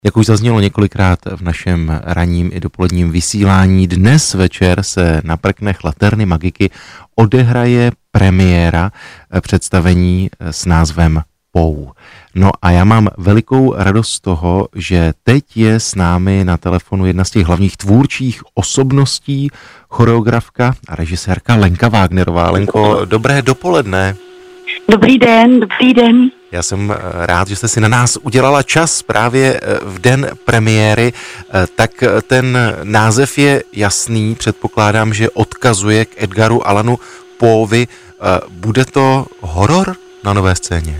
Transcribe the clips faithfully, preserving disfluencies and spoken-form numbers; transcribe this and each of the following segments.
Jak už zaznělo několikrát v našem ranním i dopoledním vysílání, dnes večer se na prknech Laterny Magiky odehraje premiéra představení s názvem Pou. No a já mám velikou radost z toho, že teď je s námi na telefonu jedna z těch hlavních tvůrčích osobností, choreografka a režisérka Lenka Wagnerová. Lenko, dobré dopoledne. Dobrý den, dobrý den. Já jsem rád, že jste si na nás udělala čas právě v den premiéry, tak ten název je jasný, předpokládám, že odkazuje k Edgaru Allanu Poeovi. Bude to horor na Nové scéně?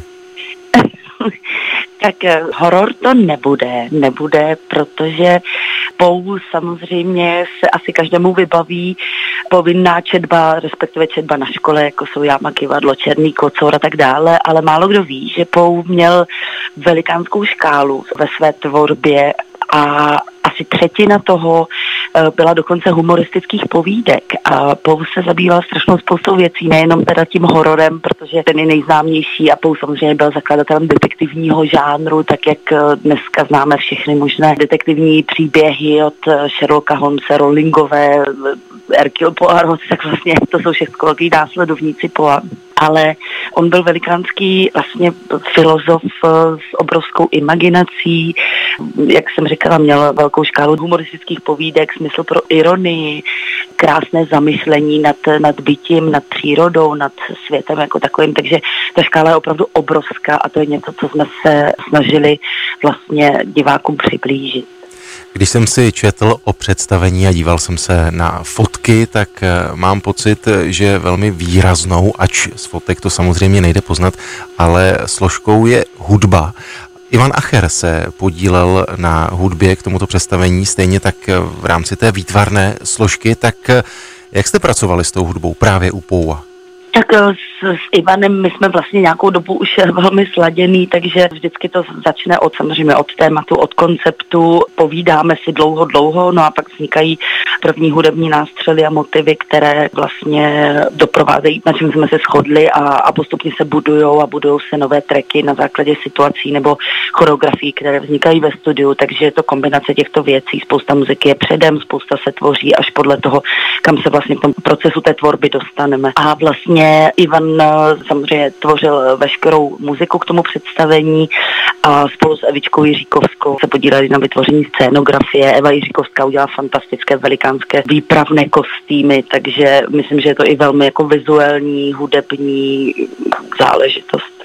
Tak horor to nebude, nebude, protože Pou samozřejmě se asi každému vybaví povinná četba, respektive četba na škole, jako jsou Jáma, Kyvadlo, Černý kocour a tak dále, ale málo kdo ví, že Pou měl velikánskou škálu ve své tvorbě a asi třetina toho byla dokonce humoristických povídek a Pou se zabýval strašnou spoustou věcí, nejenom teda tím hororem, protože ten je nejznámější a Pou samozřejmě byl zakladatelem detektivního žánru, tak jak dneska známe všechny možné detektivní příběhy od Sherlocka Holmese, Rowlingové, Hercule Poirot, tak vlastně to jsou všechno následovníci Poa. Ale on byl velikánský vlastně filozof s obrovskou imaginací, jak jsem říkala, měl velkou škálu humoristických povídek, smysl pro ironii, krásné zamyšlení nad, nad bytím, nad přírodou, nad světem jako takovým, takže ta škála je opravdu obrovská a to je něco, co jsme se snažili vlastně divákům přiblížit. Když jsem si četl o představení a díval jsem se na fotky, tak mám pocit, že velmi výraznou, ač z fotek to samozřejmě nejde poznat, ale složkou je hudba. Ivan Acher se podílel na hudbě k tomuto představení, stejně tak v rámci té výtvarné složky, tak jak jste pracovali s tou hudbou právě u Poua? Tak s, s Ivanem my jsme vlastně nějakou dobu už velmi sladěný, takže vždycky to začne od samozřejmě od tématu, od konceptu, povídáme si dlouho, dlouho, no a pak vznikají první hudební nástřely a motivy, které vlastně doprovázejí, na čem jsme se shodli a, a postupně se budujou a budujou se nové tracky na základě situací nebo choreografií, které vznikají ve studiu, takže je to kombinace těchto věcí, spousta muziky je předem, spousta se tvoří až podle toho, kam se vlastně v tom procesu té tvorby dostaneme. A vlastně Ivan samozřejmě tvořil veškerou muziku k tomu představení a spolu s Evičkou Jiříkovskou se podíleli na vytvoření scénografie. Eva Jiříkovská udělala fantastické velikánské výpravné kostýmy, takže myslím, že je to i velmi jako vizuální, hudební záležitost.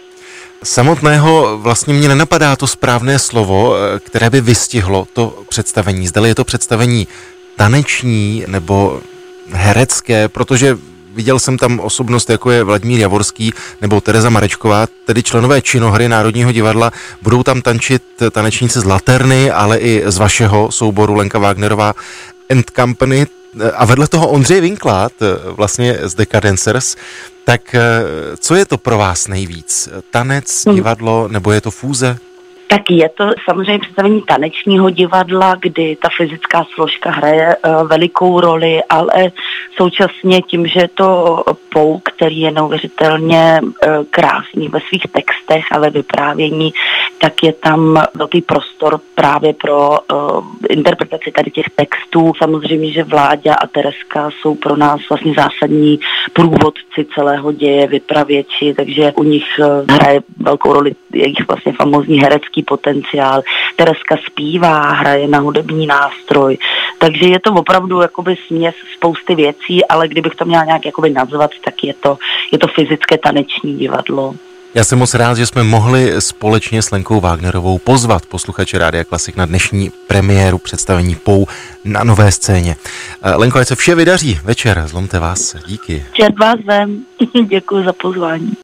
Samotného vlastně mě nenapadá to správné slovo, které by vystihlo to představení. Zdali je to představení taneční nebo herecké, protože viděl jsem tam osobnost, jako je Vladimír Javorský nebo Tereza Marečková, tedy členové činohry Národního divadla. Budou tam tančit tanečníci z Laterny, ale i z vašeho souboru Lenka Wagnerová and Company. A vedle toho Ondřej Vinklát, vlastně z Decadencers. Tak co je to pro vás nejvíc? Tanec, divadlo nebo je to fúze? Tak je to samozřejmě představení tanečního divadla, kdy ta fyzická složka hraje uh, velikou roli, ale současně tím, že je to Pou, který je neuvěřitelně uh, krásný ve svých textech a ve vyprávění, tak je tam velký prostor právě pro uh, interpretaci tady těch textů. Samozřejmě, že Vláďa a Tereska jsou pro nás vlastně zásadní průvodci celého děje, vypravěči, takže u nich uh, hraje velkou roli jejich vlastně famózní herecký potenciál. Tereska zpívá, hraje na hudební nástroj, takže je to opravdu jakoby směs spousty věcí, ale kdybych to měla nějak jakoby nazvat, tak je to, je to fyzické taneční divadlo. Já jsem moc rád, že jsme mohli společně s Lenkou Wagnerovou pozvat posluchače Rádia Klasik na dnešní premiéru představení Pou na Nové scéně. Lenko, ať se vše vydaří večer, zlomte vás, díky. Čert vás vem, děkuji za pozvání.